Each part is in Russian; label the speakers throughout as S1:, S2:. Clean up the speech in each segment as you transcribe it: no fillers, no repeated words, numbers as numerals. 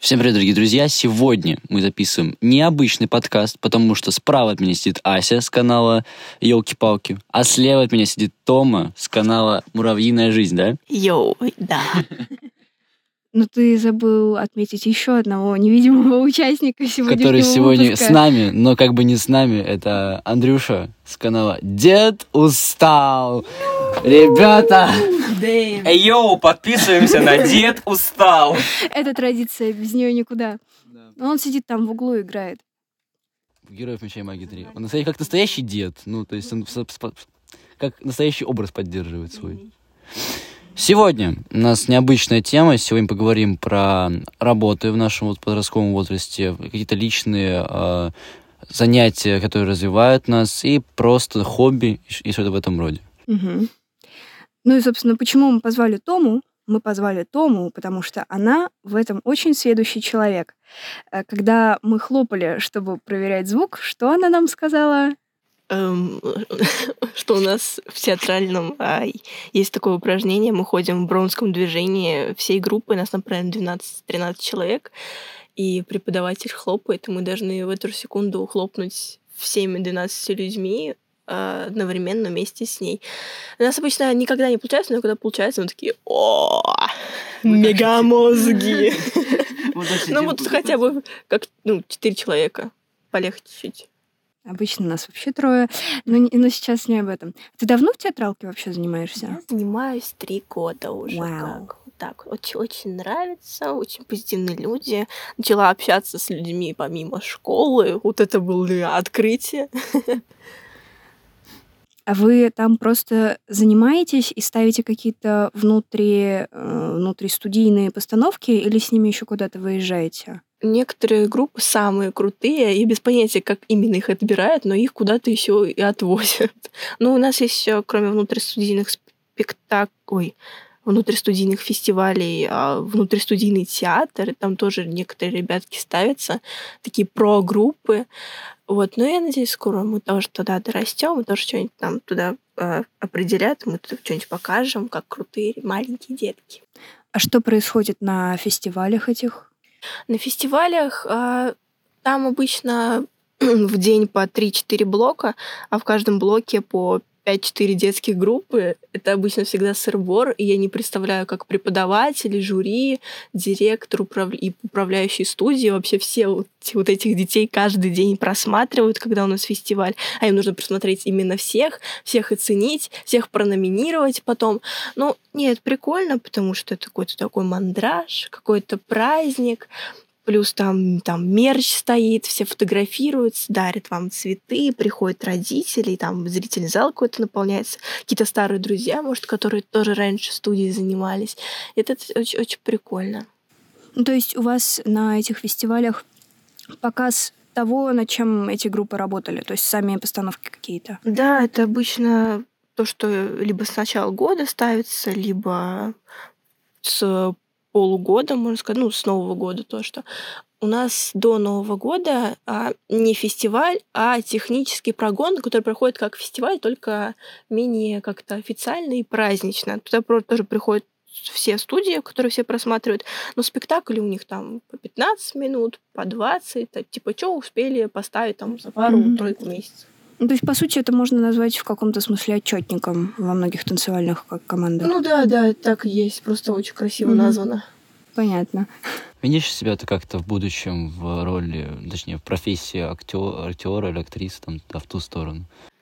S1: Всем привет, дорогие друзья! Сегодня мы записываем необычный подкаст, потому что справа от меня сидит Ася с канала «Елки-палки», а слева от меня сидит Тома с канала «Муравьиная жизнь», да?
S2: Йоу, да.
S3: Но ты забыл отметить еще одного невидимого участника сегодняшнего
S1: Который сегодня
S3: выпуска.
S1: с нами, но как бы не с нами. Это Андрюша с канала «Дед устал». Ребята!
S2: Эй, йоу, подписываемся на «Дед устал».
S3: Это традиция, без нее никуда. Но он сидит там в углу и играет.
S1: Героев Меча и Магии 3. Он как настоящий дед. Ну, то есть он как настоящий образ поддерживает свой. Сегодня у нас необычная тема. Сегодня поговорим про работы в нашем подростковом возрасте, какие-то личные занятия, которые развивают нас, и просто хобби и что-то в этом роде.
S3: Угу. Ну и, собственно, почему мы позвали Тому? Мы позвали Тому, потому что она в этом очень сведущий человек. Когда мы хлопали, чтобы проверять звук, что она нам сказала?
S2: Что у нас в театральном есть такое упражнение, мы ходим в броунском движении всей группы, нас, например, 12-13 человек, и преподаватель хлопает, и мы должны в эту же секунду хлопнуть всеми 12 людьми одновременно вместе с ней. У нас обычно никогда не получается, но когда получается, мы такие: о, мегамозги! Ну вот хотя бы как 4 человека, полегче чуть.
S3: Обычно нас вообще 3, но сейчас не об этом. Ты давно в театралке вообще занимаешься?
S2: Я занимаюсь 3 года уже.
S3: Вау.
S2: Как. Так, очень нравится, очень позитивные люди. Начала общаться с людьми помимо школы. Вот это было открытие.
S3: А вы там просто занимаетесь и ставите какие-то внутристудийные постановки или с ними еще куда-то выезжаете?
S2: Некоторые группы самые крутые, я без понятия, как именно их отбирают, но их куда-то еще и отвозят. Но у нас есть еще, кроме внутристудийных внутристудийных фестивалей, внутристудийный театр, и там тоже некоторые ребятки ставятся, такие про-группы. Вот, но я надеюсь, скоро мы тоже туда дорастем, мы тоже что-нибудь там туда определят, мы тут что-нибудь покажем, как крутые маленькие детки.
S3: А что происходит на фестивалях этих?
S2: На фестивалях там обычно в день по 3-4 блока, а в каждом блоке по 5-4 детских группы. Это обычно всегда сыр-бор, и я не представляю, как преподаватели, жюри, директор и управляющий студии, вообще все вот этих детей каждый день просматривают, когда у нас фестиваль, а им нужно просмотреть именно всех оценить, всех прономинировать потом. Ну, нет, прикольно, потому что это какой-то такой мандраж, какой-то праздник. Плюс там мерч стоит, все фотографируются, дарят вам цветы, приходят родители, там зрительный зал какой-то наполняется, какие-то старые друзья, может, которые тоже раньше в студии занимались. Это очень, очень прикольно.
S3: Ну, то есть у вас на этих фестивалях показ того, над чем эти группы работали, то есть сами постановки какие-то?
S2: Да, это обычно то, что либо с начала года ставится, либо с полугода, можно сказать, с Нового года то, что у нас до Нового года не фестиваль, а технический прогон, который проходит как фестиваль, только менее как-то официально и празднично. Туда тоже приходят все студии, которые все просматривают, но спектакли у них там по 15 минут, по 20, типа, что успели поставить там за пару-тройку месяцев.
S3: Ну, то есть, по сути, это можно назвать в каком-то смысле отчетником во многих танцевальных командах.
S2: Ну да, так и есть, просто очень красиво названо.
S3: Понятно.
S1: Видишь себя-то как-то в будущем в роли, точнее, в профессии актера или актрисы, там, в ту сторону?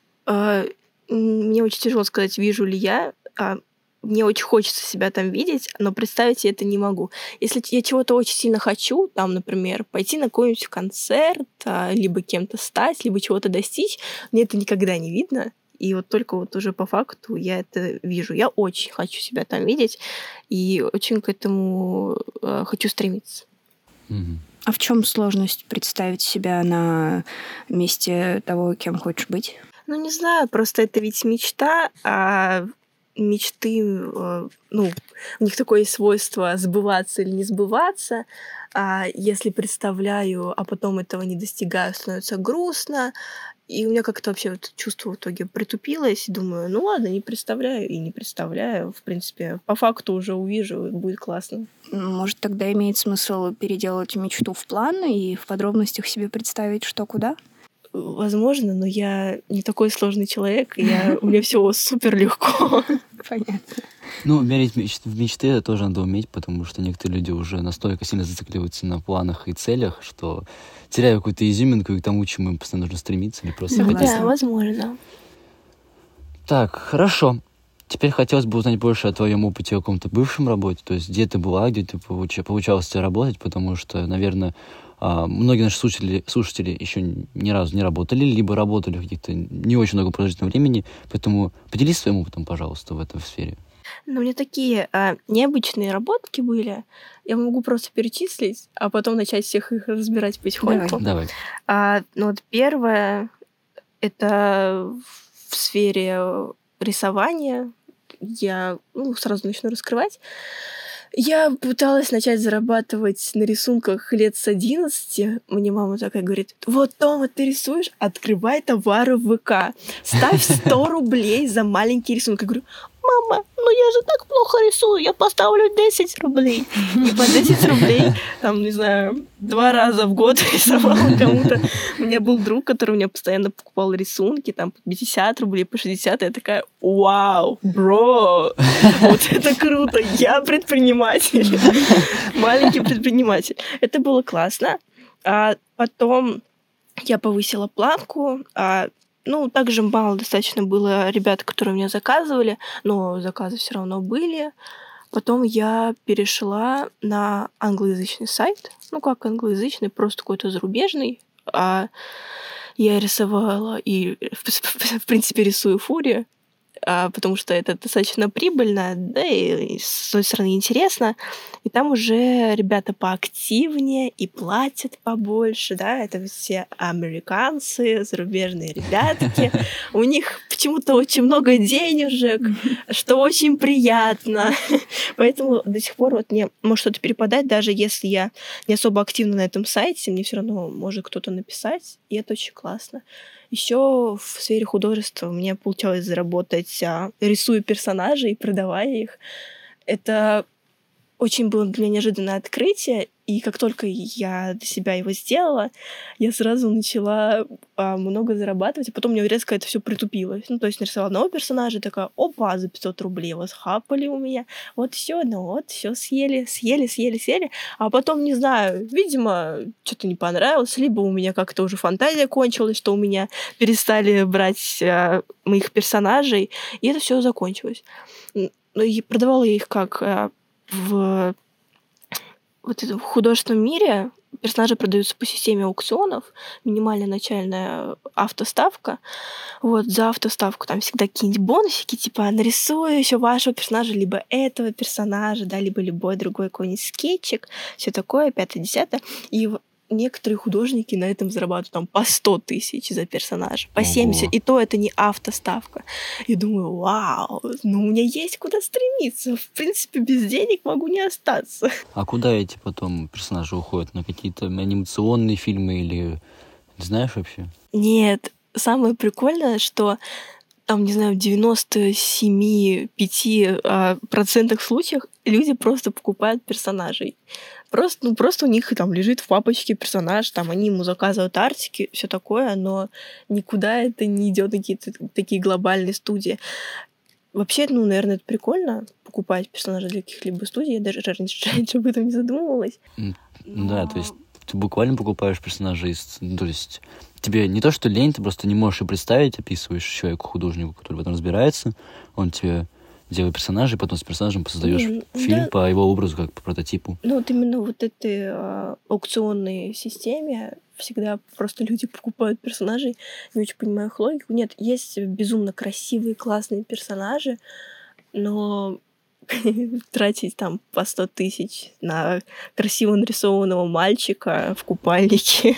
S2: Мне очень тяжело сказать, вижу ли я. Мне очень хочется себя там видеть, но представить я это не могу. Если я чего-то очень сильно хочу, там, например, пойти на какой-нибудь концерт, либо кем-то стать, либо чего-то достичь, мне это никогда не видно. И вот только вот уже по факту я это вижу. Я очень хочу себя там видеть и очень к этому хочу стремиться.
S1: Угу.
S3: А в чем сложность представить себя на месте того, кем хочешь быть?
S2: Ну, не знаю, просто это ведь мечта, а мечты, у них такое есть свойство сбываться или не сбываться. А если представляю, а потом этого не достигаю, становится грустно. И у меня как-то вообще вот чувство в итоге притупилось. И думаю, ну ладно, не представляю и не представляю. В принципе, по факту уже увижу, будет классно.
S3: Может, тогда имеет смысл переделать мечту в план и в подробностях себе представить, что куда?
S2: Возможно, но я не такой сложный человек, и у меня все супер легко.
S3: Понятно.
S1: Ну, мерить в мечты это тоже надо уметь, потому что некоторые люди уже настолько сильно зацикливаются на планах и целях, что теряют какую-то изюминку и к тому, к чему им постоянно нужно стремиться или просто хотеть.
S2: Да, возможно.
S1: Так, хорошо. Теперь хотелось бы узнать больше о твоем опыте о каком-то бывшем работе, то есть где ты была, где ты получалось тебе работать, потому что, наверное, многие наши слушатели еще ни разу не работали, либо работали в каких-то не очень много продолжительного времени, поэтому поделись своим опытом, пожалуйста, в этой сфере.
S2: Ну, у меня такие необычные работки были. Я могу просто перечислить, а потом начать всех их разбирать потихоньку.
S1: Давай.
S2: Ну, вот первое — это в сфере рисования. Я сразу начну раскрывать. Я пыталась начать зарабатывать на рисунках лет с 11. Мне мама такая говорит: вот, Тома, ты рисуешь? Открывай товары в ВК. Ставь 100 рублей за маленький рисунок. Я говорю: мама, ну я же так плохо рисую, я поставлю 10 рублей. И по 10 рублей, там, не знаю, 2 раза в год рисовала кому-то. У меня был друг, который у меня постоянно покупал рисунки, там, по 50 рублей, по 60. И я такая: вау, бро, вот это круто, я предприниматель. Маленький предприниматель. Это было классно. А потом я повысила планку, также мало достаточно было ребят, которые меня заказывали, но заказы все равно были. Потом я перешла на англоязычный сайт. Ну, как англоязычный, просто какой-то зарубежный. Я рисовала и, в принципе, рисую фури, потому что это достаточно прибыльно, да, и с той стороны интересно. И там уже ребята поактивнее и платят побольше, да, это все американцы, зарубежные ребятки. У них почему-то очень много денежек, что очень приятно. Поэтому до сих пор вот мне может что-то перепадать, даже если я не особо активна на этом сайте, мне все равно может кто-то написать, и это очень классно. Еще в сфере художества у меня получалось заработать, рисуя персонажей и продавая их. Это очень было для меня неожиданное открытие, и как только я для себя его сделала, я сразу начала много зарабатывать, а потом у меня резко это все притупилось. Ну, то есть нарисовала одного персонажа, такая: опа, за 500 рублей вас хапали у меня. Вот все, все съели. А потом, не знаю, видимо, что-то не понравилось, либо у меня как-то уже фантазия кончилась, что у меня перестали брать моих персонажей, и это все закончилось. Ну, и продавала я их как в художественном мире. Персонажи продаются по системе аукционов, минимальная начальная автоставка. Вот, за автоставку там всегда какие-нибудь бонусики, типа нарисую еще вашего персонажа, либо этого персонажа, да, либо любой другой какой-нибудь скетчик, все такое, 5-10. И некоторые художники на этом зарабатывают там по 100 тысяч за персонажа, по 70, и то это не автоставка. И думаю: вау, у меня есть куда стремиться. В принципе, без денег могу не остаться.
S1: А куда эти потом персонажи уходят? На какие-то анимационные фильмы или... Не знаешь вообще?
S2: Нет. Самое прикольное, что там, не знаю, в 97,5% случаев люди просто покупают персонажей. Просто у них там лежит в папочке персонаж, там они ему заказывают артики, все такое, но никуда это не идет на какие-то такие глобальные студии. Вообще, наверное, это прикольно покупать персонажей для каких-либо студий. Я даже раньше об этом не задумывалась.
S1: Да, то есть ты буквально покупаешь персонажей, то есть тебе не то, что лень, ты просто не можешь и представить, описываешь человеку-художнику, который в этом разбирается, он тебе делает персонажей, потом с персонажем создаешь фильм по его образу, как по прототипу.
S2: Ну, вот именно вот этой аукционной системе всегда просто люди покупают персонажей. Не очень понимаю их логику. Нет, есть безумно красивые, классные персонажи, но тратить там по 100 тысяч на красиво нарисованного мальчика в купальнике.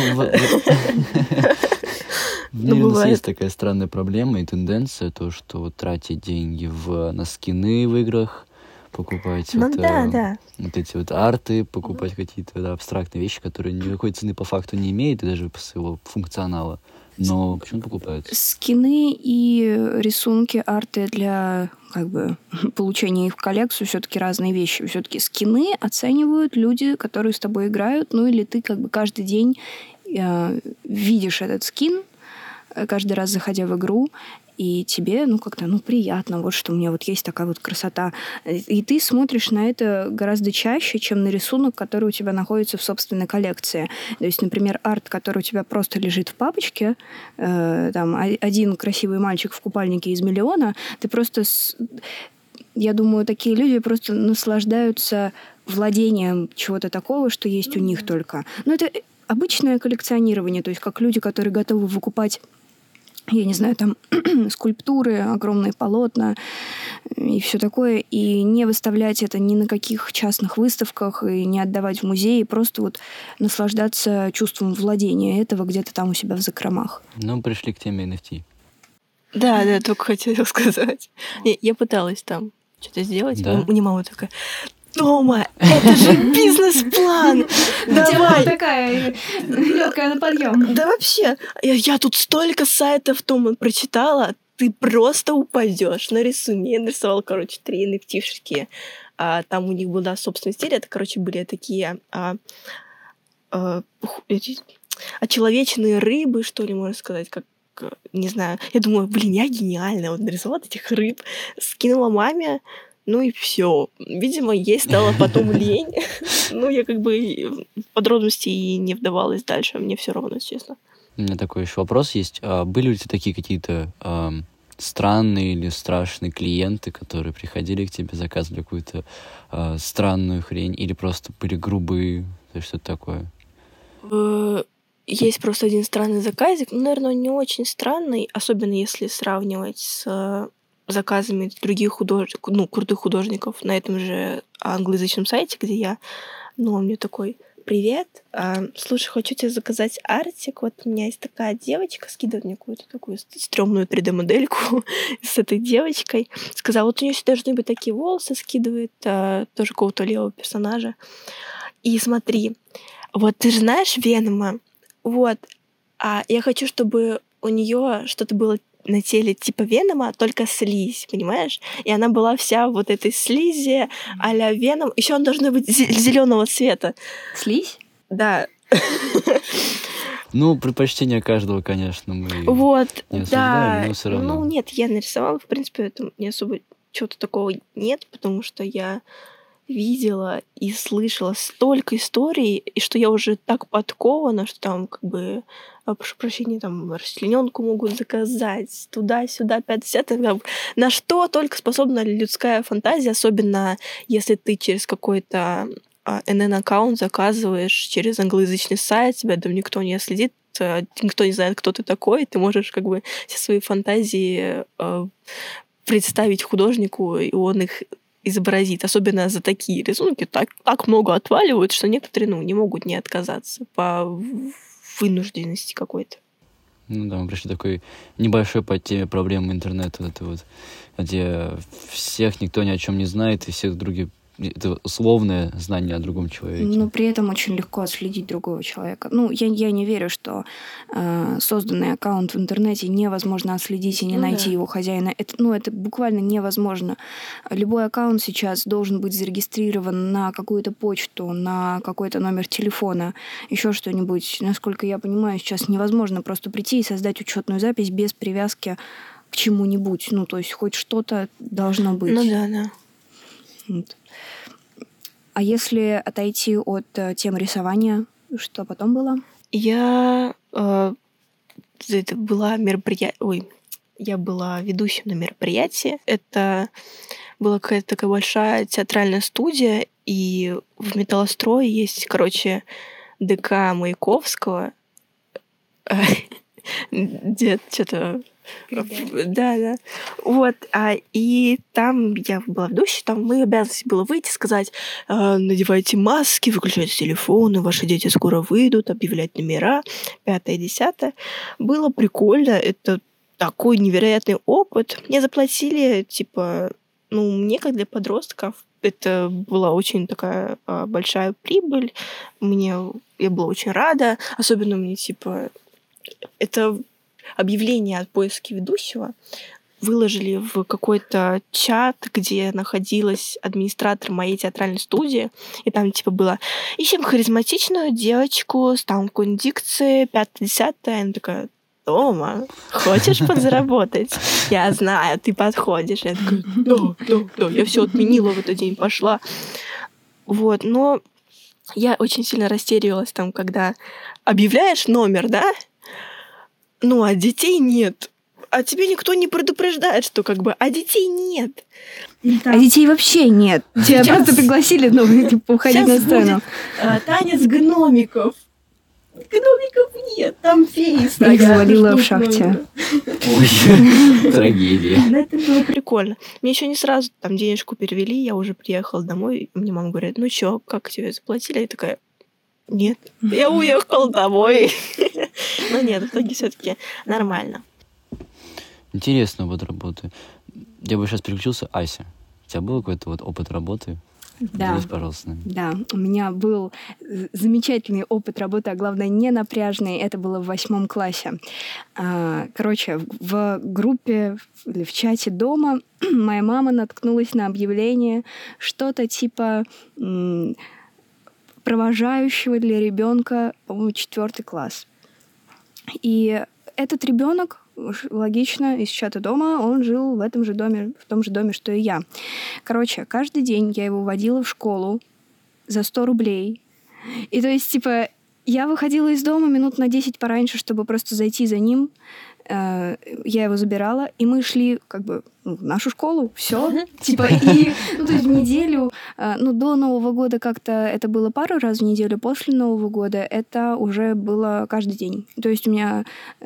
S1: Наверное, у нас есть такая странная проблема и тенденция, то, что тратить деньги на скины в играх, покупать вот эти вот арты, покупать какие-то абстрактные вещи, которые никакой цены по факту не имеют, и даже по своего функционала. Но почему покупают?
S3: Скины и рисунки, арты для как бы получения их в коллекцию все-таки разные вещи. Все-таки скины оценивают люди, которые с тобой играют, ну или ты как бы каждый день видишь этот скин, каждый раз заходя в игру, и тебе, ну, как-то, ну, приятно, вот что у меня вот есть такая вот красота. И ты смотришь на это гораздо чаще, чем на рисунок, который у тебя находится в собственной коллекции. То есть, например, арт, который у тебя просто лежит в папочке, там, один красивый мальчик в купальнике из миллиона, ты просто... Я думаю, такие люди просто наслаждаются владением чего-то такого, что есть у них только. Но это обычное коллекционирование, то есть как люди, которые готовы выкупать, я не знаю, там скульптуры, огромные полотна и все такое, и не выставлять это ни на каких частных выставках, и не отдавать в музей, просто вот наслаждаться чувством владения этого где-то там у себя в закромах.
S1: Ну, пришли к теме NFT.
S2: Да, только хотела сказать. Я пыталась там что-то сделать.
S1: Да?
S2: Мне мама такая: Тома, это же бизнес-план! Давай!
S3: такая легкая на подъем.
S2: Да вообще, я тут столько сайтов, Тома, прочитала, ты просто упадешь. Нарисуй. Я нарисовала, 3 NFT-шки. Там у них был, собственный стиль. Это, были такие очеловеченные рыбы, что ли, можно сказать, как не знаю. Я думаю, я гениально. Вот нарисовала этих рыб, скинула маме, ну и все. Видимо, ей стало потом лень. Ну, я в подробности и не вдавалась дальше. Мне все равно, честно.
S1: У меня такой еще вопрос есть. Были у тебя такие какие-то странные или страшные клиенты, которые приходили к тебе, заказывали какую-то странную хрень, или просто были грубые, то есть что-то такое?
S2: Есть просто один странный заказик. Ну, наверное, он не очень странный, особенно если сравнивать с заказами других художников, крутых художников на этом же англоязычном сайте, где я. Ну, он мне такой: привет, слушай, хочу тебе заказать артик. Вот у меня есть такая девочка, скидывает мне какую-то такую стрёмную 3D-модельку с этой девочкой. Сказала, вот у нее должны быть такие волосы, скидывает тоже какого-то левого персонажа. И смотри, вот ты же знаешь Венома? Вот. Я хочу, чтобы у нее что-то было на теле типа Венома, только слизь, понимаешь? И она была вся вот этой слизи а-ля Веном. Еще он должен быть зеленого цвета.
S3: Слизь?
S2: Да.
S1: Ну, предпочтение каждого, конечно, мы
S2: вот,
S1: не осуждаем, но все равно.
S2: Ну, нет, я нарисовала, в принципе, это не особо чего-то такого нет, потому что я видела и слышала столько историй, и что я уже так подкована, что там прошу прощения, там расчленёнку могут заказать, туда-сюда, 5-10, на что только способна людская фантазия, особенно если ты через какой-то NN-аккаунт заказываешь через англоязычный сайт, тебя там никто не следит, никто не знает, кто ты такой, ты можешь все свои фантазии представить художнику, и он их изобразит. Особенно за такие рисунки так много отваливают, что некоторые не могут не отказаться по вынужденности какой-то.
S1: Ну да, мы пришли такой небольшой по теме проблемы интернета, где всех никто ни о чем не знает, и всех другие... Это условное знание о другом человеке.
S3: Но при этом очень легко отследить другого человека. Ну, я не верю, что созданный аккаунт в интернете невозможно отследить и не найти его хозяина. Это буквально невозможно. Любой аккаунт сейчас должен быть зарегистрирован на какую-то почту, на какой-то номер телефона, еще что-нибудь. Насколько я понимаю, сейчас невозможно просто прийти и создать учетную запись без привязки к чему-нибудь. Ну, то есть хоть что-то должно быть.
S2: Ну да.
S3: Вот. А если отойти от темы рисования, что потом было?
S2: Я была я была ведущим на мероприятии. Это была какая-то такая большая театральная студия, и в Металлострое есть, ДК Маяковского. Дед что-то... Да. Вот. И там я была ведущей, там моей обязанностью было выйти, сказать: надевайте маски, выключайте телефоны, ваши дети скоро выйдут, объявлять номера, 5-10. Было прикольно, это такой невероятный опыт. Мне заплатили, мне, как для подростков, это была очень такая большая прибыль. Я была очень рада, особенно мне, это объявление о поиске ведущего выложили в какой-то чат, где находилась администратор моей театральной студии, и там типа было: ищем харизматичную девочку с там кондикцией 5-10. Она такая: Тома, хочешь подзаработать? Я знаю, ты подходишь. Я такая: да. Я все отменила в этот день, пошла. Вот, но я очень сильно растерялась там, когда объявляешь номер, да? Ну, а детей нет. А тебе никто не предупреждает, что а детей нет.
S3: А детей вообще нет. Тебя просто пригласили, типа, уходить на сцену.
S2: Будет, танец гномиков. Гномиков нет, там феи стоят.
S3: Их завалило в шахте.
S1: Ой, трагедия.
S2: Но это было прикольно. Мне еще не сразу там денежку перевели, я уже приехала домой, и мне мама говорит: ну чё, как тебе заплатили? Я такая: нет, я уехала домой. Но нет, в итоге все-таки нормально.
S1: Интересный опыт работы. Я бы сейчас переключился. Ася, у тебя был какой-то опыт работы?
S3: Да.
S1: Делись, пожалуйста.
S3: Да, у меня был замечательный опыт работы, а главное, не напряжный. Это было в 8 классе. Короче, в группе или в чате дома моя мама наткнулась на объявление что-то типа провожающего для ребенка, по-моему, 4 класс. И этот ребенок, логично, из чата дома, он жил в этом же доме, в том же доме, что и я. Короче, каждый день я его водила в школу за 100 рублей. И то есть, типа, я выходила из дома минут на 10 пораньше, чтобы просто зайти за ним. Я его забирала, и мы шли в нашу школу, все. Типа, и, то есть в неделю, до Нового года как-то это было пару раз в неделю, после Нового года это уже было каждый день. То есть у меня,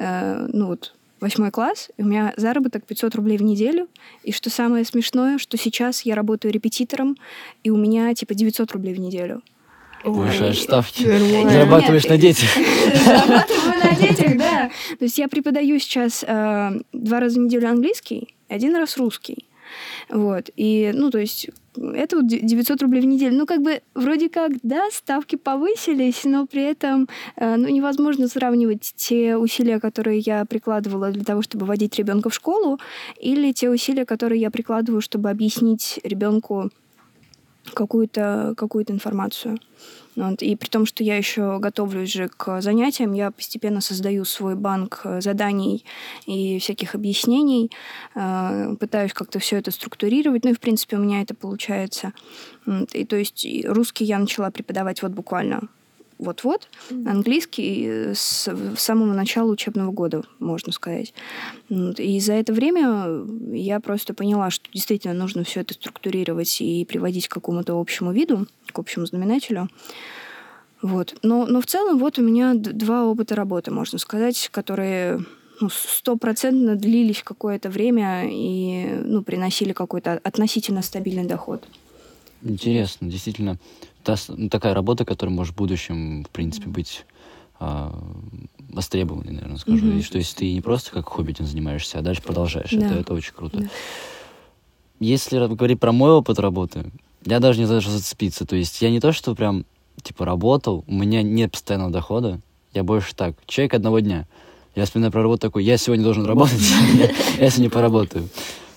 S3: 8 класс, и у меня заработок 500 рублей в неделю. И что самое смешное, что сейчас я работаю репетитором, и у меня, 900 рублей в неделю.
S1: Повышаешь ставки. Зарабатываешь на детях.
S3: Зарабатываю на детях, да. То есть я преподаю сейчас 2 раза в неделю английский, 1 раз русский. Вот. И, то есть это 900 рублей в неделю. Вроде как, да, ставки повысились, но при этом невозможно сравнивать те усилия, которые я прикладывала для того, чтобы водить ребенка в школу, или те усилия, которые я прикладываю, чтобы объяснить ребенку какую-то информацию. Вот. И при том, что я еще готовлюсь же к занятиям, я постепенно создаю свой банк заданий и всяких объяснений, пытаюсь как-то все это структурировать, и в принципе у меня это получается. И то есть русский я начала преподавать буквально вот-вот, английский с самого начала учебного года, можно сказать. И за это время я просто поняла, что действительно нужно все это структурировать и приводить к какому-то общему виду, к общему знаменателю. Вот. Но в целом у меня 2 опыта работы, можно сказать, которые 100% длились какое-то время и приносили какой-то относительно стабильный доход.
S1: Интересно, действительно. Такая работа, которая может в будущем, в принципе, быть востребованной, наверное, скажу. И что если ты не просто как хобби этим занимаешься, а дальше продолжаешь. Да. Это очень круто. Да. Если говорить про мой опыт работы, я даже не знаю, что зацепиться. То есть я не то, что прям, работал, у меня нет постоянного дохода. Я больше так, человек одного дня. Я вспоминаю про работу такой: я сегодня должен работать, я сегодня поработаю.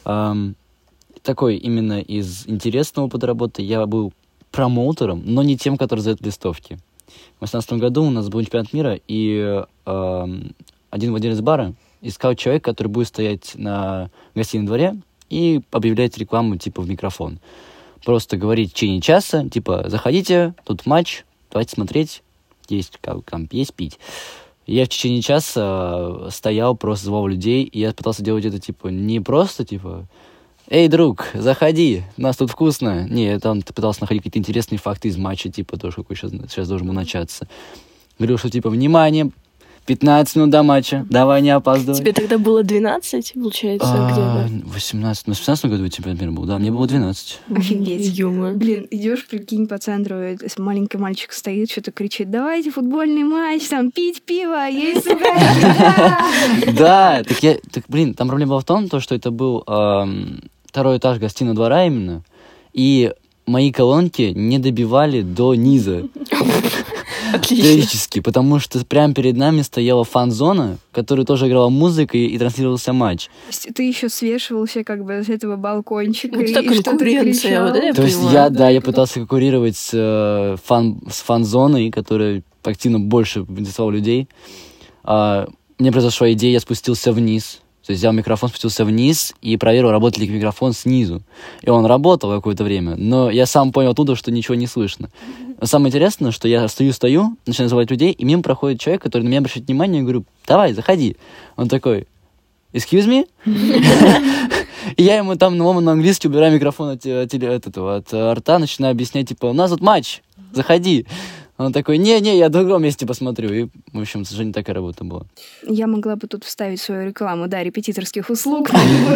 S1: Такой именно из интересного опыта работы я был промоутером, но не тем, который сдает листовки. В 2018 году у нас был чемпионат мира, и один владелец бара искал человека, который будет стоять на гостином дворе и объявлять рекламу в микрофон. Просто говорить в течение часа, заходите, тут матч, давайте смотреть, есть пить. Я в течение часа стоял, просто звал людей, и я пытался делать это не просто «Эй, друг, заходи, у нас тут вкусно». Не, там ты пытался находить какие-то интересные факты из матча, тоже какой сейчас должен был начаться. Говорил, что внимание, 15 минут до матча, давай не опаздывай.
S2: Тебе тогда было 12, получается, где-то?
S1: 18, в 18 году чемпионат мира был, да, мне было 12.
S3: Офигеть.
S2: Юмор.
S3: Блин, идешь, прикинь, по центру, маленький мальчик стоит, что-то кричит: давайте футбольный матч, пить пиво, есть сугарики.
S1: Да, там проблема была в том, что это был 2-й этаж гостиного двора именно, и мои колонки не добивали до низа.
S2: Отлично.
S1: Периодически, потому что прямо перед нами стояла фан-зона, которая тоже играла музыка и транслировался матч.
S3: То есть ты еще свешивался как бы с этого балкончика
S2: Вот
S3: и
S2: так
S3: что-то
S2: конкуренция,
S3: кричал.
S2: вот это я
S1: То есть
S2: понимаю.
S1: я пытался конкурировать с фан-зоной, которая активно больше интересовала людей. Мне произошла идея, я спустился вниз. То есть взял микрофон, спустился вниз и проверил, работает ли микрофон снизу. И он работал какое-то время, но я сам понял оттуда, что ничего не слышно. Но самое интересное, что я стою, начинаю звать людей, и мимо проходит человек, который на меня обращает внимание, и говорю, давай, заходи. Он такой, excuse me? И я ему там на английский убираю микрофон от рта, начинаю объяснять, типа, у нас тут матч, заходи. Он такой, не, я в другом месте посмотрю. И, в общем, к сожалению, такая работа была.
S3: Я могла бы тут вставить свою рекламу, да, репетиторских услуг.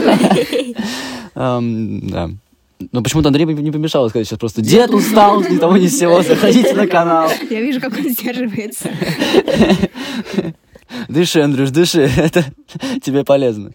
S1: Да. Но почему-то Андрей не помешал сказать сейчас просто «Дед устал, ни того ни сего, заходите на канал».
S3: Я вижу, как он сдерживается.
S1: Дыши, Андрюш, дыши, это тебе полезно.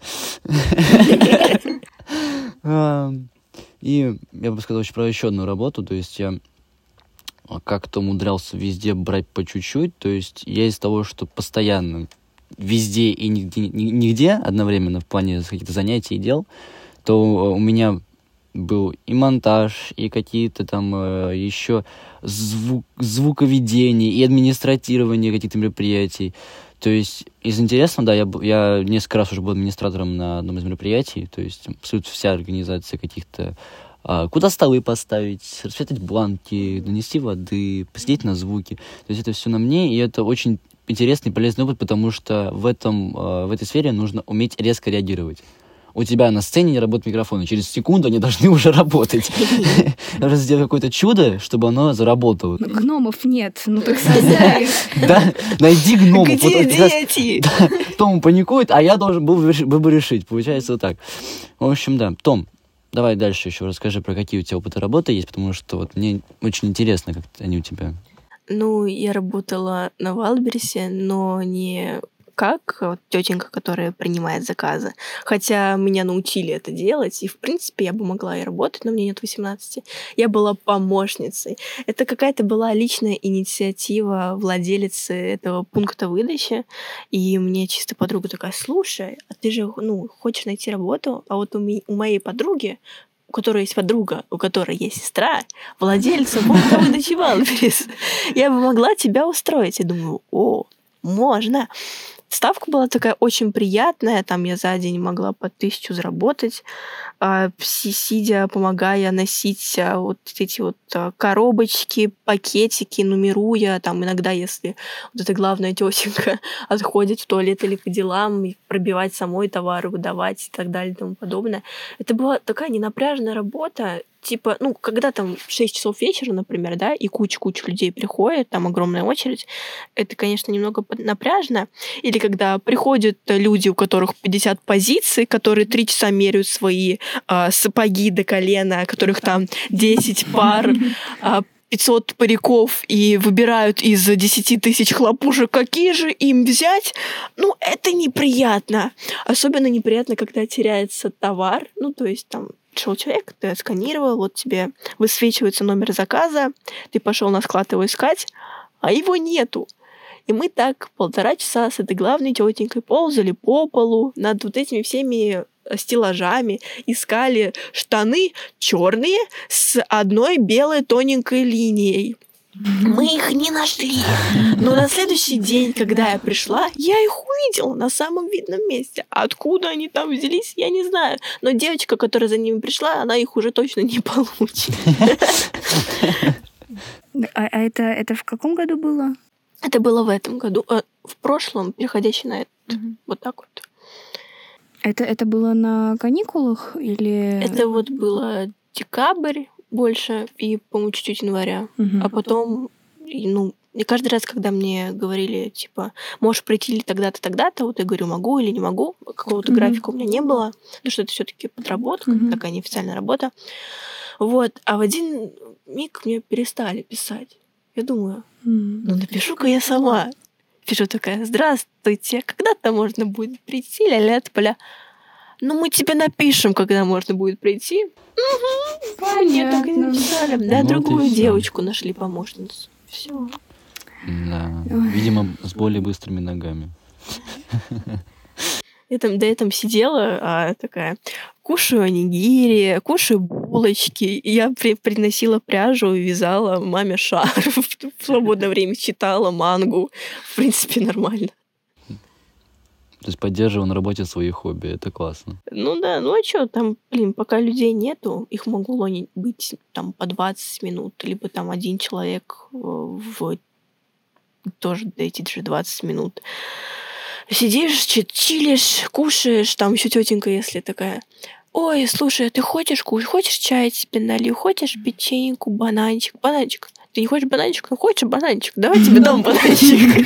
S1: И я бы сказал про еще одну работу, то есть я как-то умудрялся везде брать по чуть-чуть, то есть я из того, что постоянно везде и нигде одновременно в плане каких-то занятий и дел, то у меня был и монтаж, и какие-то там еще звуковедение, и администрирование каких-то мероприятий. То есть из интересного, да, я несколько раз уже был администратором на одном из мероприятий, то есть абсолютно вся организация каких-то куда столы поставить, распечатать бланки, нанести воды, посидеть на звуки. То есть это все на мне, и это очень интересный и полезный опыт, потому что в этой сфере нужно уметь резко реагировать. У тебя на сцене не работает микрофон, и через секунду они должны уже работать. Нужно сделать какое-то чудо, чтобы оно заработало.
S3: Гномов нет, ну так создай.
S1: Да, найди гномов.
S2: Где дети?
S1: Том паникует, а я должен был бы решить. Получается вот так. В общем, да. Том, давай дальше еще расскажи, про какие у тебя опыты работы есть, потому что вот мне очень интересно, как они у тебя.
S2: Ну, я работала на Вайлдберрисе, но не как вот тетенька, которая принимает заказы. Хотя меня научили это делать, и, в принципе, я бы могла и работать, но мне нет 18. Я была помощницей. Это какая-то была личная инициатива владелицы этого пункта выдачи, и мне чисто подруга такая, слушай, а ты же, хочешь найти работу, а вот у моей подруги, у которой есть подруга, у которой есть сестра, владельца пункта выдачи Вайлдберрис, я бы могла тебя устроить. Я думаю, можно. Ставка была такая очень приятная, там я за день могла по 1000 заработать, сидя, помогая носить вот эти вот коробочки, пакетики, нумеруя, там иногда, если вот эта главная тетенька отходит в туалет или по делам, пробивать самой товары, выдавать и так далее и тому подобное. Это была такая ненапряженная работа, типа, когда там 6 часов вечера, например, да, и куча людей приходит, там огромная очередь, это, конечно, немного напряжно. Или когда приходят люди, у которых 50 позиций, которые 3 часа меряют свои сапоги до колена, которых там 10 пар, 500 париков и выбирают из 10 тысяч хлопушек, какие же им взять, это неприятно. Особенно неприятно, когда теряется товар, то есть там пришел человек, ты отсканировал, вот тебе высвечивается номер заказа, ты пошел на склад его искать, а его нету. И мы так 1,5 часа с этой главной тетенькой ползали по полу над вот этими всеми стеллажами, искали штаны черные с одной белой тоненькой линией. Мы их не нашли. Но на следующий день, когда я пришла, я их увидела на самом видном месте. Откуда они там взялись, я не знаю. Но девочка, которая за ними пришла, она их уже точно не получит.
S3: А это в каком году было?
S2: Это было в этом году. В прошлом, переходящий на этот. Вот так вот.
S3: Это было на каникулах или...
S2: Это вот было декабрь больше и, по-моему, чуть-чуть января. А потом, и каждый раз, когда мне говорили, типа, можешь прийти ли тогда-то, тогда-то, вот я говорю, могу или не могу, какого-то графика у меня не было, потому что это все-таки подработка, такая неофициальная работа. Вот. А в один миг мне перестали писать. Я думаю, напишу-ка я сама. Пишу такая, здравствуйте, когда-то можно будет прийти, ля-ля, поля. Мы тебе напишем, когда можно будет прийти. Нет, так и написали. Да, другую девочку нашли помощницу. Все.
S1: Да, видимо, с более быстрыми ногами.
S2: Я там сидела, такая, кушаю онигири, кушаю булочки. И я приносила пряжу и вязала маме шарф. В свободное время читала мангу. В принципе, нормально.
S1: То есть поддерживал на работе свои хобби, это классно.
S2: Ну да, ну а что, там, пока людей нету, их могло быть там по 20 минут, либо там один человек тоже эти же 20 минут. Сидишь, чилишь, кушаешь, там еще тетенька, если такая: ой, слушай, а ты хочешь кушать? Хочешь чай тебе налью? Хочешь печеньку, бананчик? Бананчик. Ты не хочешь бананчик? Ну, хочешь бананчик? Давай тебе дам бананчик.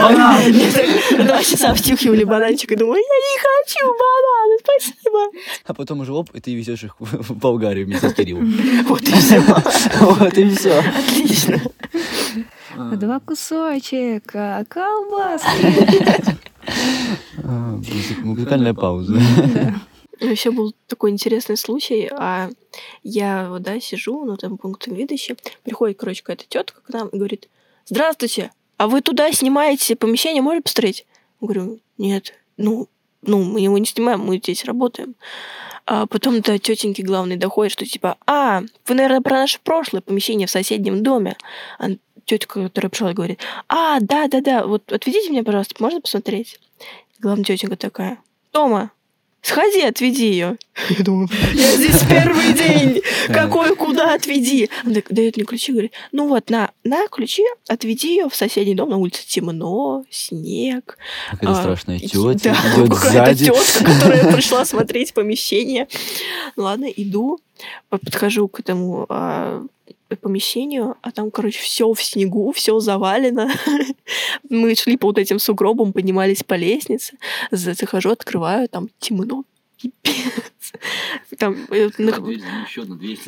S2: 2 часа втюхивали бананчик и думаю: я не хочу бананы, спасибо.
S1: А потом уже оп, и ты везешь их в Болгарию вместе с Кириллом.
S2: Вот и все.
S1: Вот и все.
S2: Отлично.
S3: 2 кусочка, колбаски.
S1: Музыкальная пауза.
S2: Еще был такой интересный случай. Я, сижу, там пунктом видящий. Приходит, какая-то тетка к нам и говорит: здравствуйте, а вы туда снимаете помещение, можете посмотреть? Я говорю: нет, мы его не снимаем, мы здесь работаем. А потом до тетеньки главной доходит, что типа: вы, наверное, про наше прошлое помещение в соседнем доме. А тетка, которая пришла, говорит: да, вот отведите меня, пожалуйста, можно посмотреть? Главная тетенька такая: Тома, сходи, отведи ее. Я думаю: я здесь первый день. Какой, куда отведи? Она дает мне ключи, говорит: ну вот, на ключи, отведи ее в соседний дом, на улице темно, снег.
S1: Какая-то страшная тетя
S2: Да,
S1: идет
S2: какая-то
S1: сзади.
S2: тетка, которая пришла смотреть помещение. Ладно, иду, подхожу к этому помещению, а там, все в снегу, все завалено. Мы шли по вот этим сугробам, поднимались по лестнице. Захожу, открываю, там темно. Пипец. Там,
S1: Еще одна дверь.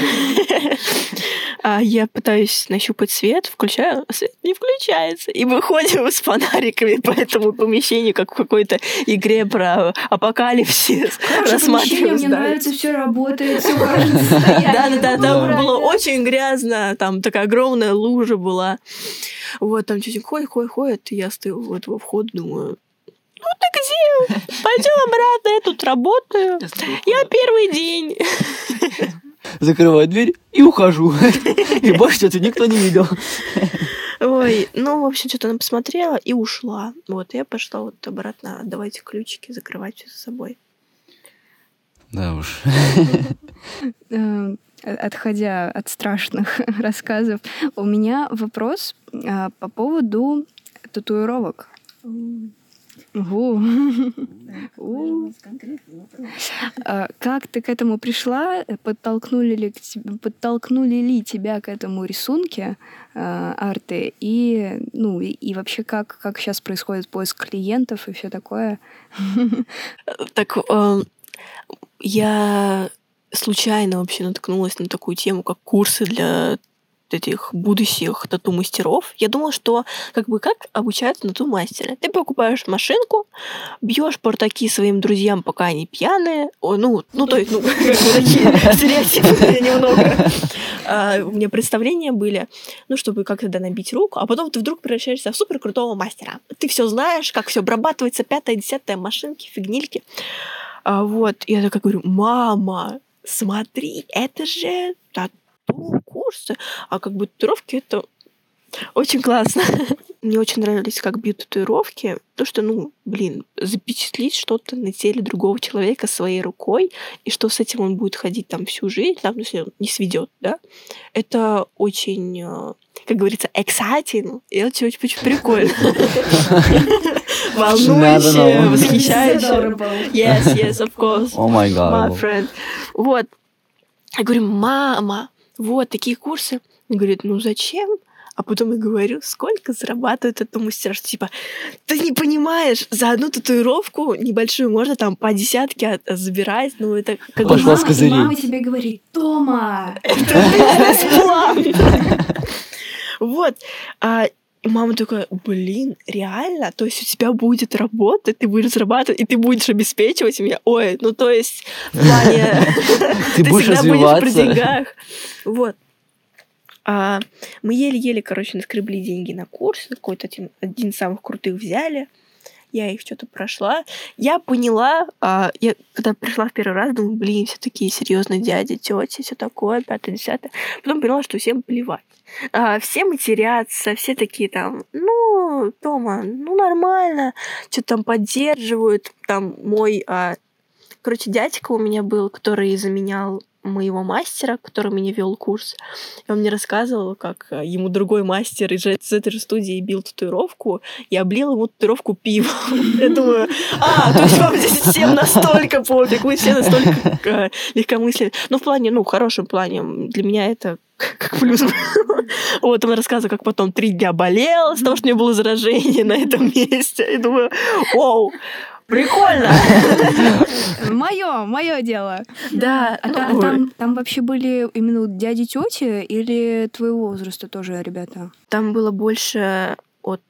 S2: я пытаюсь нащупать свет, включаю, а свет не включается. И выходим с фонариками по этому помещению, как в какой-то игре про апокалипсис.
S3: Рассматриваем. Мне нравится, все работает, все кажется.
S2: Да, там было очень грязно, там такая огромная лужа была. Вот, там чуть ходит, и я стою вот во вход, думаю: ну ты где? Пойдем обратно, я тут работаю. Я первый день.
S1: Закрываю дверь и ухожу. И больше что-то никто не видел.
S2: Ой, в общем, что-то она посмотрела и ушла. Вот, я пошла вот обратно отдавать ключики, закрывать все за собой.
S1: Да уж.
S3: Отходя от страшных рассказов, у меня вопрос по поводу татуировок. Как ты к этому пришла? Подтолкнули ли тебя к этому рисунке арты? И вообще, как сейчас происходит поиск клиентов и все такое?
S2: Так, я случайно вообще наткнулась на такую тему, как курсы для этих будущих тату-мастеров. Я думала, что как обучают тату-мастера. Ты покупаешь машинку, бьешь по ртаки своим друзьям, пока они пьяные. То есть, такие стереотипы немного. У меня представления были, чтобы как-то набить руку, а потом ты вдруг превращаешься в суперкрутого мастера. Ты все знаешь, как все обрабатывается, 5-е, 10-е машинки, фигнильки. Вот. Я такая говорю: мама, смотри, это же курсы, а татуировки — это очень классно. Мне очень нравились, как бьют татуировки. То, что, запечатлить что-то на теле другого человека своей рукой, и что с этим он будет ходить там всю жизнь, там, если он не сведет, да. Это очень, как говорится, exciting, и это очень прикольно. Волнующе, восхищающе. Yes, of course.
S1: Oh my God.
S2: My friend. Вот. Я говорю: мама, вот такие курсы. Он говорит: ну зачем? А потом я говорю: сколько зарабатывает это мастер? Что типа, ты не понимаешь, за одну татуировку небольшую можно там по десятке забирать. Это как бы...
S1: Пошла с козырей.
S3: Мама тебе говорит: Тома!
S2: Это бизнес-план! Вот. И мама такая: реально? То есть у тебя будет работа, ты будешь зарабатывать, и ты будешь обеспечивать меня? Ой, то есть в плане...
S1: Ты будешь
S2: всегда
S1: развиваться.
S2: будешь при деньгах. Вот. Мы еле-еле, наскребли деньги на курс, какой-то один из самых крутых взяли. Я их что-то прошла. Я поняла, я когда пришла в первый раз, думаю, блин, все такие серьезные дяди, тети, все такое, 5-10. Потом поняла, что всем плевать. Все матерятся, все такие там, Тома, нормально, что-то там поддерживают. Там мой, дядька у меня был, который заменял моего мастера, который меня вел курс. И он мне рассказывал, как ему другой мастер из этой же студии бил татуировку и облил ему татуировку пивом. Я думаю, то есть вам здесь всем настолько пофиг, вы все настолько легкомысленны. В плане, в хорошем плане. Для меня это как плюс. Вот он рассказывал, как потом 3 дня болел с того, что у него было заражение на этом месте. Я думаю, вау, прикольно!
S3: Мое дело.
S2: Да.
S3: Там вообще были именно дяди-тети или твоего возраста тоже ребята?
S2: Там было больше от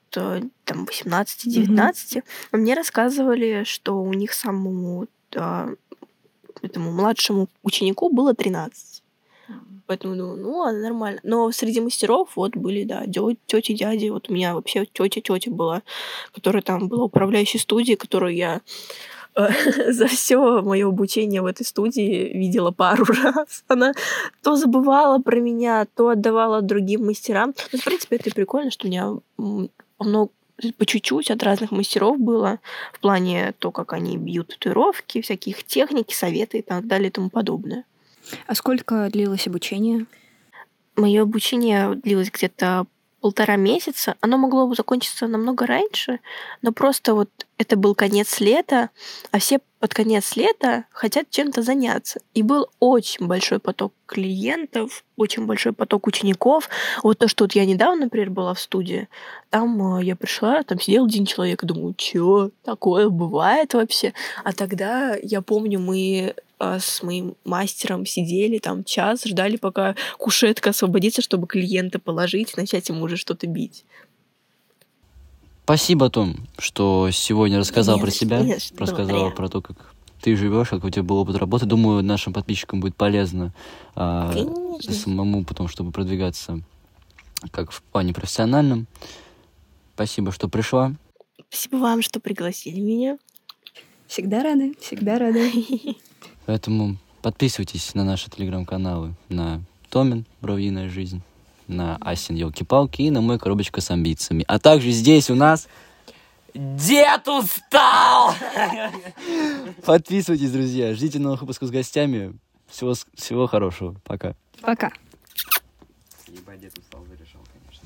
S2: 18-19. Мне рассказывали, что у них самому этому младшему ученику было 13. Поэтому думаю, ладно, нормально. Но среди мастеров были, тети, дяди. Вот у меня вообще тетя была, которая там была управляющей студией, которую я за все мое обучение в этой студии видела пару раз. Она то забывала про меня, то отдавала другим мастерам. В принципе, это и прикольно, что у меня по чуть-чуть от разных мастеров было в плане то, как они бьют татуировки, всяких техники, советы и так далее и тому подобное.
S3: А сколько длилось обучение?
S2: Мое обучение длилось где-то 1,5 месяца. Оно могло бы закончиться намного раньше, но просто это был конец лета, а все под конец лета хотят чем-то заняться. И был очень большой поток клиентов, очень большой поток учеников. То, что я недавно, например, была в студии, там я пришла, там сидел один человек, думаю, чё, такое бывает вообще? А тогда, я помню, мы с моим мастером сидели там час, ждали, пока кушетка освободится, чтобы клиента положить и начать ему уже что-то бить.
S1: Спасибо, Том, что сегодня рассказал про себя, рассказала про то, как ты живешь, как у тебя был опыт работы. Думаю, нашим подписчикам будет полезно самому потом, чтобы продвигаться как в плане профессиональном. Спасибо, что пришла.
S2: Спасибо вам, что пригласили меня.
S3: Всегда рады, всегда рады.
S1: Поэтому подписывайтесь на наши телеграм-каналы, на Томин «Бровьиная жизнь», на Асин «Елки-палки» и на мой «Коробочка с амбициями». А также здесь у нас Дед устал! Подписывайтесь, друзья. Ждите новых выпусков с гостями. Всего хорошего. Пока.
S3: Пока.
S1: Ебать, дед устал, зарешал, конечно.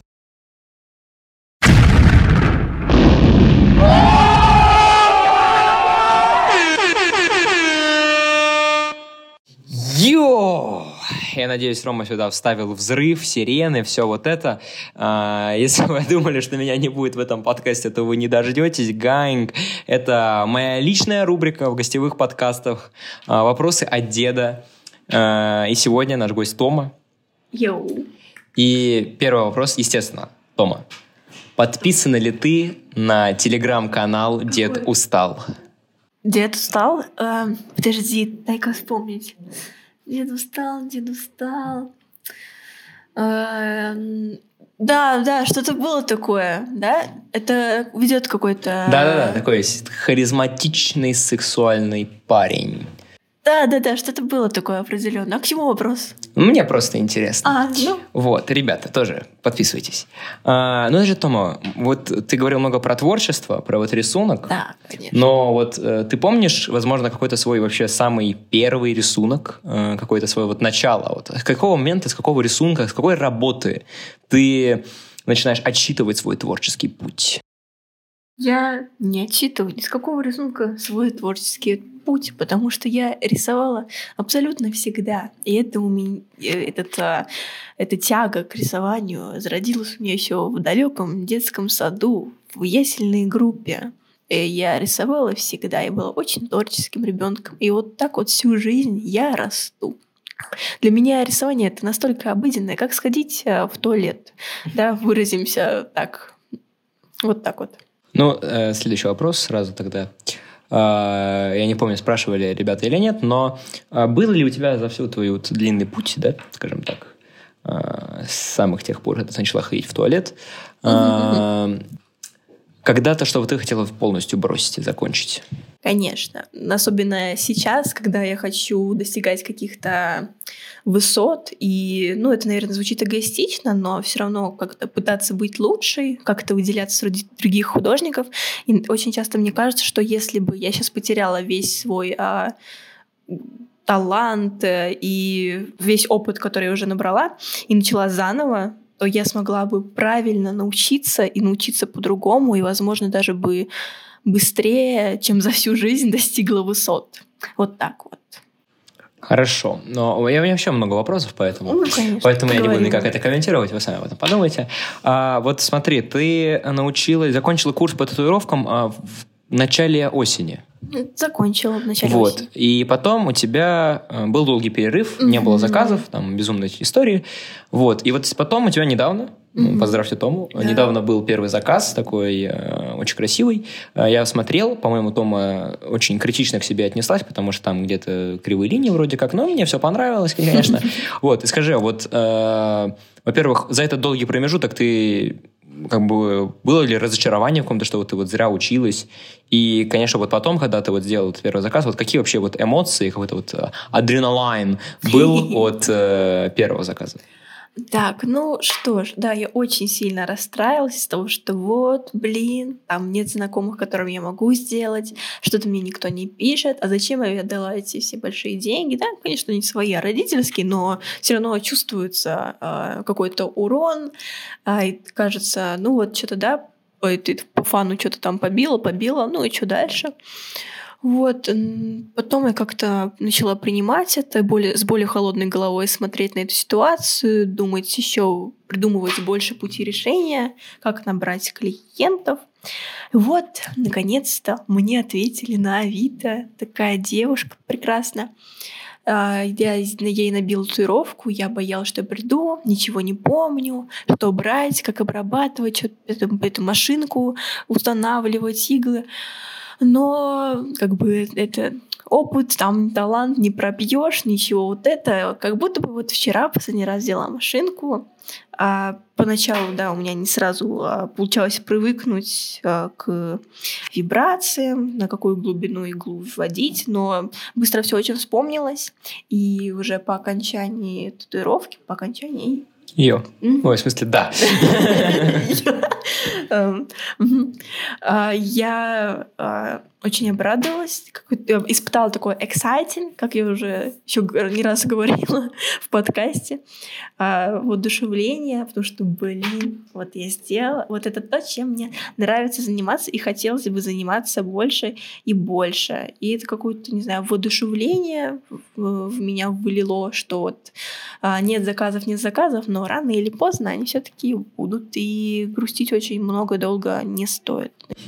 S4: Йоу! Я надеюсь, Рома сюда вставил взрыв, сирены, все вот это. Если вы думали, что меня не будет в этом подкасте, то вы не дождетесь. Ганг. Это моя личная рубрика в гостевых подкастах. Вопросы от деда. И сегодня наш гость Тома.
S2: Йоу.
S4: И первый вопрос, естественно, Тома. Подписана ли ты на телеграм-канал «Дед устал»?
S2: Дед устал? Подожди, дай-ка вспомнить. Дед устал. Да, что-то было такое, да? Это ведет какой-то...
S4: Да, такой харизматичный сексуальный парень.
S2: Да, что-то было такое определенно. А к чему вопрос?
S4: Мне просто интересно.
S2: Ну.
S4: Вот, ребята, тоже подписывайтесь. Даже, Тома, вот ты говорил много про творчество, про вот рисунок.
S2: Да, конечно.
S4: Но вот ты помнишь, возможно, какой-то свой вообще самый первый рисунок, какое-то свое вот начало? Вот, с какого момента, с какого рисунка, с какой работы ты начинаешь отсчитывать свой творческий путь?
S2: Я не отчитываю ни с какого рисунка свой творческий путь, потому что я рисовала абсолютно всегда. И это у меня, эта тяга к рисованию зародилась у меня еще в далеком детском саду, в ясельной группе. И я рисовала всегда, я была очень творческим ребенком. И вот так вот всю жизнь я расту. Для меня рисование — это настолько обыденное, как сходить в туалет. Да, выразимся так. Вот так вот.
S4: Следующий вопрос сразу тогда. Я не помню, спрашивали ребята или нет, но было ли у тебя за всю твою длинный путь, да, скажем так, с самых тех пор, когда ты начала ходить в туалет, когда-то, что ты хотела полностью бросить и закончить?
S2: Конечно. Особенно сейчас, когда я хочу достигать каких-то высот. И, это, наверное, звучит эгоистично, но все равно как-то пытаться быть лучшей, как-то выделяться среди других художников. И очень часто мне кажется, что если бы я сейчас потеряла весь свой талант и весь опыт, который я уже набрала, и начала заново, то я смогла бы правильно научиться и научиться по-другому, и, возможно, даже бы быстрее, чем за всю жизнь достигла высот. Вот так вот.
S4: Хорошо. Но у меня вообще много вопросов, поэтому,
S2: конечно,
S4: поэтому я не буду никак это комментировать, вы сами об этом подумайте. Вот смотри, ты закончила курс по татуировкам в начале осени.
S2: Закончила в начале
S4: вот.
S2: осени.
S4: И потом у тебя был долгий перерыв, не было заказов, там безумные истории. Вот. И вот потом у тебя недавно, поздравьте Тому, недавно был первый заказ, такой очень красивый. Я смотрел, по-моему, Тома очень критично к себе отнеслась, потому что там где-то кривые линии вроде как, но мне все понравилось, конечно. Вот. И скажи, вот, во-первых, за этот долгий промежуток ты... было ли разочарование в каком-то, что вот ты вот зря училась? И, конечно, вот потом, когда ты вот сделал этот первый заказ, вот какие вообще вот эмоции, какой-то вот адреналин был от первого заказа?
S2: Так, что ж, да, я очень сильно расстраилась из того, что там нет знакомых, которым я могу сделать, что-то мне никто не пишет, а зачем я отдала эти все большие деньги, да, конечно, не свои, а родительские, но все равно чувствуется какой-то урон, и кажется, что-то, да, ты по фану что-то там побила, и что дальше? Вот, потом я как-то начала принимать это, с более холодной головой смотреть на эту ситуацию, думать еще, придумывать больше пути решения, как набрать клиентов. Вот, наконец-то мне ответили на Авито, такая девушка прекрасная. Я ей набила татуировку, я боялась, что я приду, ничего не помню, что брать, как обрабатывать, эту машинку устанавливать, иглы. Но это опыт, там талант не пропьешь, ничего вот это. Как будто бы вот вчера последний раз взяла машинку. Поначалу, да, у меня не сразу получалось привыкнуть к вибрациям, на какую глубину иглу вводить, но быстро все очень вспомнилось. И уже по окончании татуировки,
S4: Ой, в смысле, да.
S2: Я очень обрадовалась, испытала такой exciting, как я уже еще не раз говорила в подкасте, воодушевление, потому что, вот я сделала, вот это то, чем мне нравится заниматься, и хотелось бы заниматься больше и больше. И это какое-то, не знаю, воодушевление в меня вылило, что вот нет заказов, но рано или поздно они все-таки будут, и грустить очень много и долго не стоит.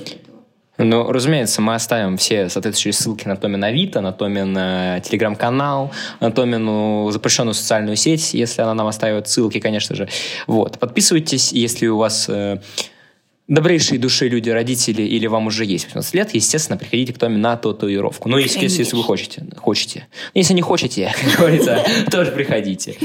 S4: Ну, разумеется, мы оставим все соответствующие ссылки на Томин Авито, на Томин телеграм-канал, на Томину запрещенную социальную сеть, если она нам оставит ссылки, конечно же. Вот. Подписывайтесь, если у вас добрейшие души люди, родители, или вам уже есть 18 лет, естественно, приходите к Томе на татуировку. Ну, если вы хотите. Если не хотите, как говорится, тоже приходите.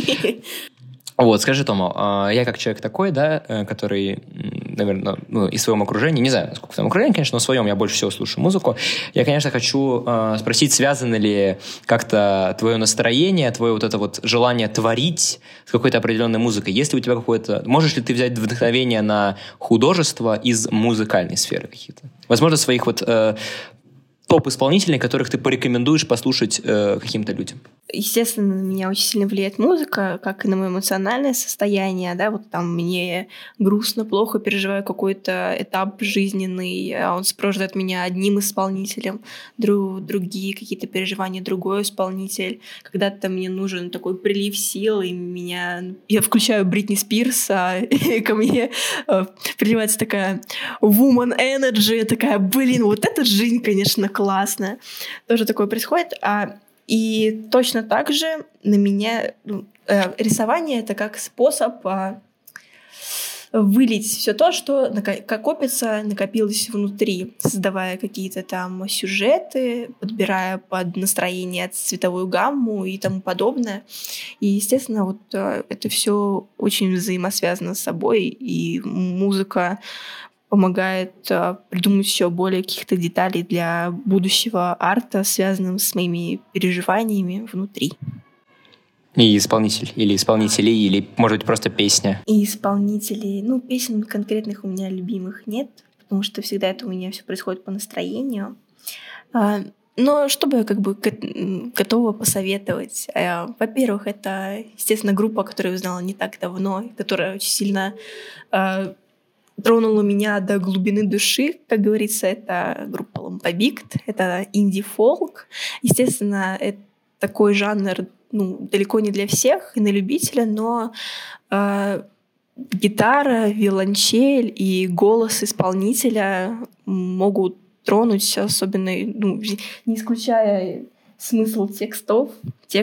S4: Вот, скажи, Тома, я как человек такой, да, который, наверное, из своего окружения, не знаю, сколько в своем окружении, конечно, но в своем я больше всего слушаю музыку. Я, конечно, хочу спросить, связано ли как-то твое настроение, твое вот это вот желание творить с какой-то определенной музыкой? Есть ли у тебя какое-то... Можешь ли ты взять вдохновение на художество из музыкальной сферы каких-то? Возможно, своих вот топ-исполнителей, которых ты порекомендуешь послушать каким-то людям?
S2: Естественно, на меня очень сильно влияет музыка, как и на мое эмоциональное состояние, да, вот там мне грустно, плохо, переживаю какой-то этап жизненный, он сопровождает меня одним исполнителем, другие какие-то переживания, другой исполнитель. Когда-то мне нужен такой прилив сил, и я включаю Бритни Спирс, и ко мне приливается такая woman energy, такая, вот эта жизнь, конечно, классная. Тоже такое происходит, и точно так же на меня рисование — это как способ вылить все то, что накопилось внутри, создавая какие-то там сюжеты, подбирая под настроение цветовую гамму и тому подобное. И, естественно, вот это все очень взаимосвязано с собой, и музыка помогает придумать еще более каких-то деталей для будущего арта, связанным с моими переживаниями внутри.
S4: И исполнитель, или исполнители, или, может быть, просто песня.
S2: И исполнителей. Песен конкретных у меня любимых нет, потому что всегда это у меня все происходит по настроению. Но что бы я готова посоветовать? Во-первых, это, естественно, группа, которую я узнала не так давно, которая очень сильно тронула меня до глубины души. Как говорится, это группа Ламповикт, это инди-фолк. Естественно, это такой жанр, далеко не для всех, и на любителя, но гитара, виолончель и голос исполнителя могут тронуть, особенно, не исключая смысл текстов.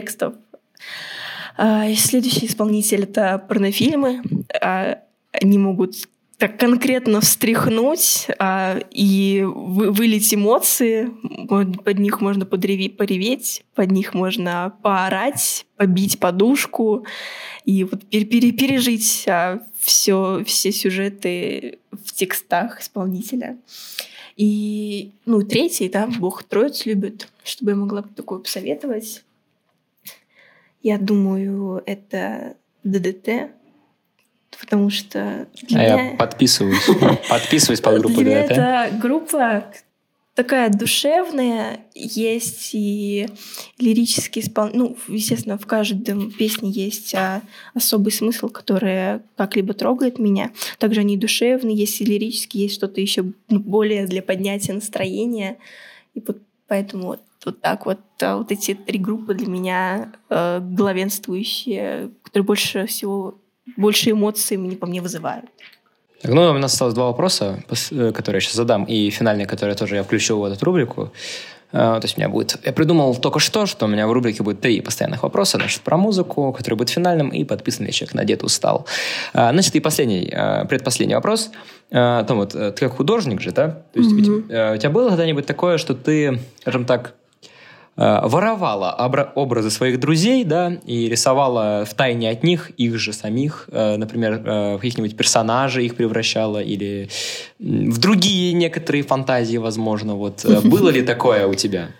S2: Следующий исполнитель — это порнофильмы. Они могут так конкретно встряхнуть и вылить эмоции. Под них можно пореветь, под них можно поорать, побить подушку и вот пережить все сюжеты в текстах исполнителя. И, третий, Бог Троицу любит, чтобы я могла бы такое посоветовать. Я думаю, это ДДТ. Потому что
S4: я подписываюсь под группу
S2: для меня
S4: ДДТ.
S2: эта группа такая душевная, есть и лирический естественно, в каждой песне есть особый смысл, который как-либо трогает меня. Также они душевные, есть и лирические, есть что-то еще более для поднятия настроения. И поэтому вот так вот эти три группы для меня главенствующие, которые больше эмоций по мне вызывают.
S4: Так, у нас осталось 2 вопроса, которые я сейчас задам, и финальный, который тоже я включу в эту рубрику. То есть у меня будет... Я придумал только что у меня в рубрике будет 3 постоянных вопроса. Значит, про музыку, который будет финальным, и подписанный человек на дед устал. Значит, и предпоследний вопрос. Том, ты как художник же, да? То есть у тебя было когда-нибудь такое, что ты, скажем так, воровала образы своих друзей, да, и рисовала втайне от них, их же самих, например, в каких-нибудь персонажей их превращала, или в другие некоторые фантазии, возможно. Было ли такое у тебя?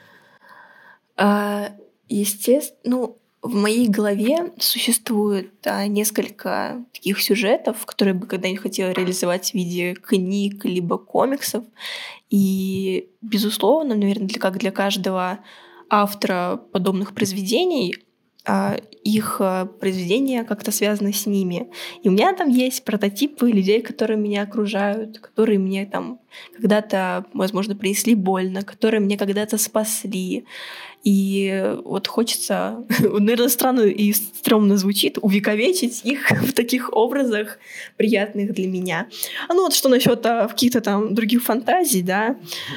S2: Естественно, в моей голове существует несколько таких сюжетов, которые бы когда-нибудь хотела реализовать в виде книг либо комиксов. И, безусловно, наверное, как для каждого автора подобных произведений, их произведения как-то связаны с ними. И у меня там есть прототипы людей, которые меня окружают, которые мне там когда-то, возможно, принесли больно, которые меня когда-то спасли. И хочется, наверное, странно и стрёмно звучит, увековечить их в таких образах, приятных для меня. Что насчет каких-то там других фантазий, да?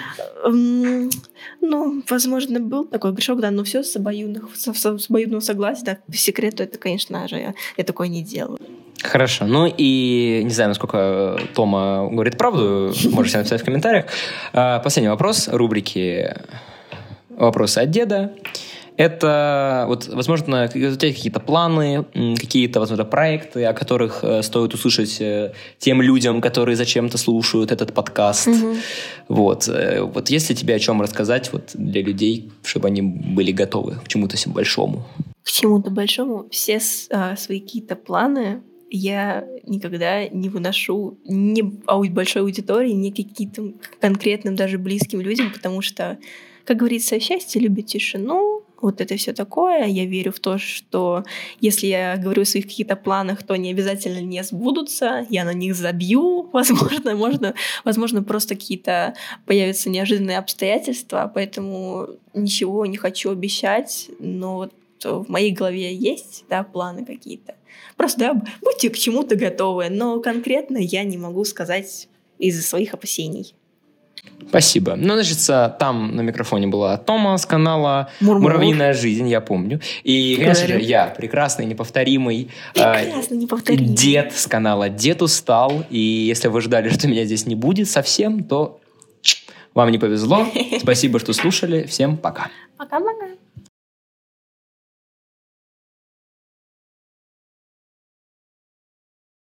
S2: Возможно, был такой грешок, да, но все с обоюдного согласия, да, по секрету это, конечно же, я такое не делаю.
S4: Хорошо. И не знаю, насколько Тома говорит правду, можете написать в комментариях. Последний вопрос рубрики «Вопросы от деда». Это, возможно, у тебя какие-то планы, какие-то, возможно, проекты, о которых стоит услышать тем людям, которые зачем-то слушают этот подкаст. Есть ли тебе о чем рассказать для людей, чтобы они были готовы к чему-то большому?
S2: К чему-то большому? Все свои какие-то планы я никогда не выношу ни большой аудитории, ни каким-то конкретным, даже близким людям, потому что, как говорится, счастье любит тишину. Это все такое. Я верю в то, что если я говорю о своих каких-то планах, то они обязательно не сбудутся. Я на них забью. Возможно, просто какие-то появятся неожиданные обстоятельства, поэтому ничего не хочу обещать. Но в моей голове есть, планы какие-то. Просто, будьте к чему-то готовы. Но конкретно я не могу сказать из-за своих опасений.
S4: Спасибо. Ну, значит, там на микрофоне была Тома с канала
S2: Мурмур.
S4: «Муравьиная жизнь», я помню. И, конечно же,
S2: Говорю.
S4: я, прекрасный, неповторимый
S2: Прекрасно, неповторимый.
S4: дед с канала «Дед устал». И если вы ждали, что меня здесь не будет совсем, то вам не повезло. Спасибо, что слушали. Всем пока.
S2: Пока-пока.